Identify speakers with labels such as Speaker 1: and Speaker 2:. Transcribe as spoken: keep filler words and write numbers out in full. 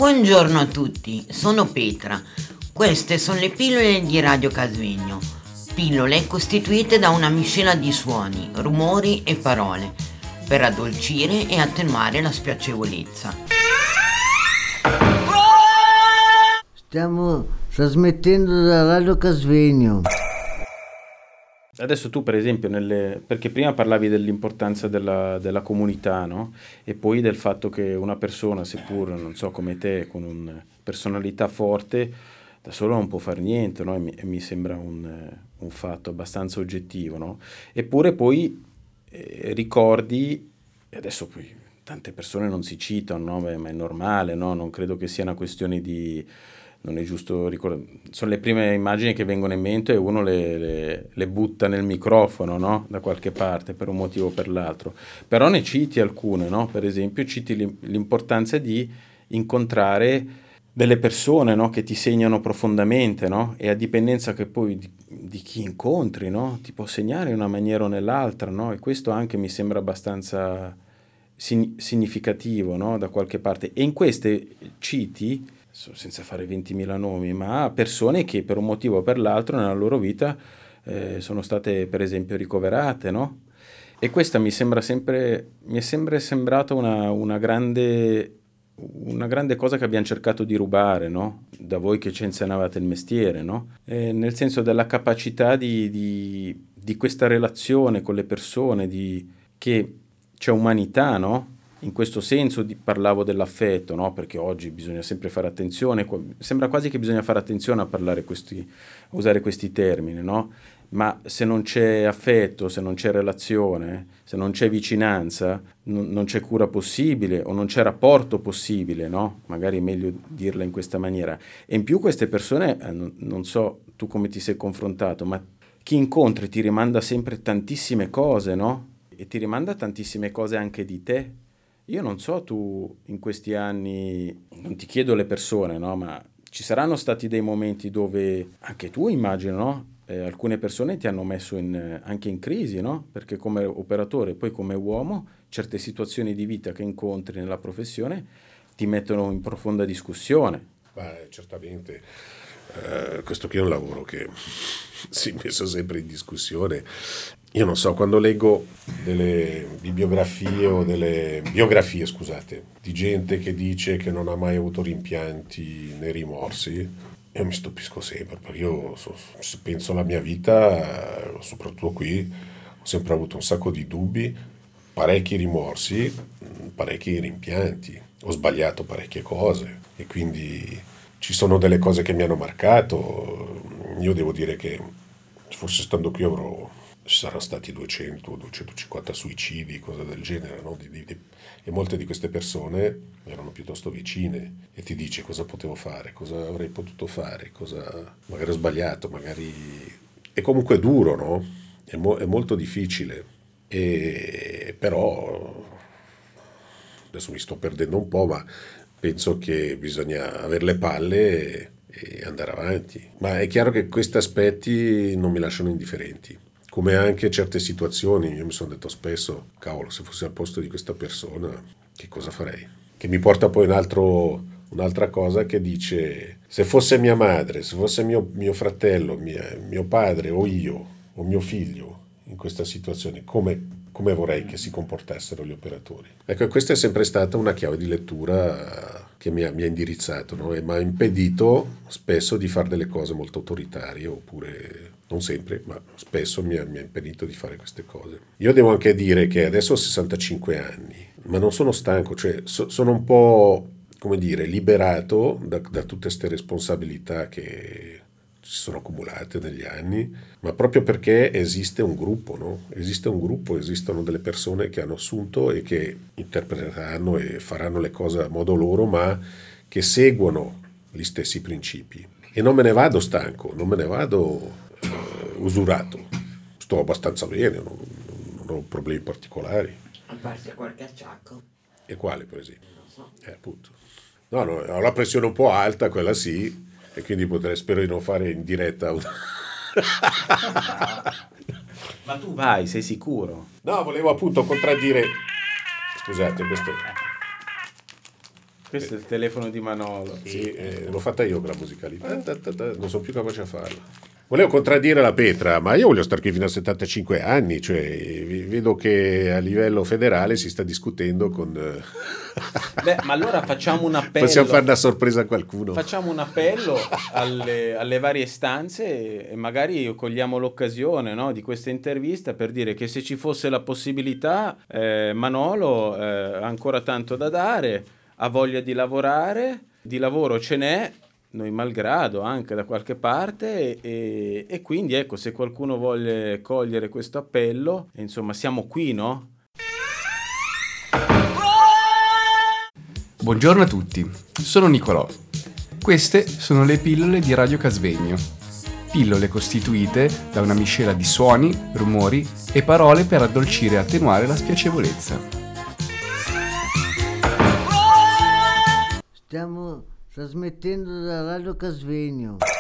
Speaker 1: Buongiorno a tutti, sono Petra. Queste sono le pillole di Radio Casvegno. Pillole costituite da una miscela di suoni, rumori e parole per addolcire e attenuare la spiacevolezza.
Speaker 2: Stiamo trasmettendo da Radio Casvegno.
Speaker 3: Adesso tu per esempio, nelle, perché prima parlavi dell'importanza della, della comunità, no? E poi del fatto che una persona, seppur non so come te, con una personalità forte, da solo non può fare niente, no? E mi, e mi sembra un, un fatto abbastanza oggettivo, no? Eppure poi eh, ricordi, e adesso poi tante persone non si citano, no? Beh, ma è normale, no? Non credo che sia una questione di... non è giusto ricordare, sono le prime immagini che vengono in mente e uno le, le, le butta nel microfono, no? Da qualche parte per un motivo o per l'altro, però ne citi alcune, no? Per esempio citi l'importanza di incontrare delle persone, no? Che ti segnano profondamente, no? E a dipendenza che poi di, di chi incontri, no? Ti può segnare in una maniera o nell'altra, no? E questo anche mi sembra abbastanza sin- significativo, no? Da qualche parte, e in queste citi, senza fare ventimila nomi, ma persone che per un motivo o per l'altro nella loro vita eh, sono state per esempio ricoverate, no? E questa mi sembra sempre, mi è sempre sembrata una, una grande, una grande cosa che abbiamo cercato di rubare, no? Da voi che ci insegnavate il mestiere, no? E nel senso della capacità di, di, di questa relazione con le persone, di, che c'è umanità, no? In questo senso di, parlavo dell'affetto, no? Perché oggi bisogna sempre fare attenzione, sembra quasi che bisogna fare attenzione a parlare questi, a usare questi termini, no? Ma se non c'è affetto, se non c'è relazione, se non c'è vicinanza, n- non c'è cura possibile o non c'è rapporto possibile, no? Magari è meglio dirla in questa maniera. E in più queste persone, eh, non, non so tu come ti sei confrontato, ma chi incontri ti rimanda sempre tantissime cose, no? E ti rimanda tantissime cose anche di te. Io non so tu in questi anni, non ti chiedo le persone, no? Ma ci saranno stati dei momenti dove anche tu immagino, no? Eh, alcune persone ti hanno messo in, anche in crisi, no? Perché come operatore, poi come uomo, certe situazioni di vita che incontri nella professione ti mettono in profonda discussione.
Speaker 4: Beh, certamente. Uh, questo qui è un lavoro che si è messo sempre in discussione. Io non so, quando leggo delle bibliografie o delle biografie, scusate, di gente che dice che non ha mai avuto rimpianti né rimorsi, io mi stupisco sempre, perché io se penso alla mia vita, soprattutto qui, ho sempre avuto un sacco di dubbi, parecchi rimorsi, parecchi rimpianti, ho sbagliato parecchie cose e quindi ci sono delle cose che mi hanno marcato. Io devo dire che forse stando qui avrò, ci saranno stati duecento duecentocinquanta suicidi, cose del genere, no? Di, di, di, e molte di queste persone erano piuttosto vicine e ti dici cosa potevo fare, cosa avrei potuto fare, cosa magari ho sbagliato, magari è comunque duro, no? È, mo, è molto difficile, e però adesso mi sto perdendo un po', ma penso che bisogna avere le palle e, e andare avanti. Ma è chiaro che questi aspetti non mi lasciano indifferenti, come anche certe situazioni. Io mi sono detto spesso, cavolo, se fossi al posto di questa persona, che cosa farei? Che mi porta poi un altro, un'altra cosa che dice, se fosse mia madre, se fosse mio, mio fratello, mia, mio padre o io o mio figlio in questa situazione, come come vorrei che si comportassero gli operatori. Ecco, questa è sempre stata una chiave di lettura che mi ha, mi ha indirizzato, no? E mi ha impedito spesso di fare delle cose molto autoritarie, oppure, non sempre, ma spesso mi ha, mi ha impedito di fare queste cose. Io devo anche dire che adesso ho sessantacinque anni, ma non sono stanco, cioè so, sono un po', come dire, liberato da, da tutte queste responsabilità che si sono accumulate negli anni, ma proprio perché esiste un gruppo, no? Esiste un gruppo, esistono delle persone che hanno assunto e che interpreteranno e faranno le cose a modo loro, ma che seguono gli stessi principi. E non me ne vado stanco, non me ne vado eh, usurato. Sto abbastanza bene, non, non ho problemi particolari.
Speaker 1: A parte qualche acciacco.
Speaker 4: E quale, per esempio?
Speaker 1: Non so.
Speaker 4: Eh, appunto. No, no, ho la pressione un po' alta, quella sì, e quindi potrei, spero di non fare in diretta.
Speaker 3: Ma tu vai, sei sicuro?
Speaker 4: No, volevo appunto contraddire. Scusate, questo
Speaker 3: Questo è il telefono di Manolo.
Speaker 4: Sì, eh, l'ho fatta io con la musicalità, non sono più capace a farla. Volevo contraddire la Petra, ma io voglio stare qui fino a settantacinque anni, cioè vedo che a livello federale si sta discutendo con...
Speaker 3: Beh, ma allora facciamo un appello.
Speaker 4: Possiamo fare una sorpresa a qualcuno.
Speaker 3: Facciamo un appello alle, alle varie istanze e magari cogliamo l'occasione, no, di questa intervista per dire che se ci fosse la possibilità, eh, Manolo eh, ha ancora tanto da dare, ha voglia di lavorare, di lavoro ce n'è, noi malgrado anche da qualche parte e, e quindi ecco, se qualcuno vuole cogliere questo appello, insomma siamo qui, no?
Speaker 5: Buongiorno a tutti, sono Nicolò. Queste sono le pillole di Radio Casvegno. Pillole costituite da una miscela di suoni, rumori e parole per addolcire e attenuare la spiacevolezza.
Speaker 2: Stiamo trasmettendo da Radio Casvegno.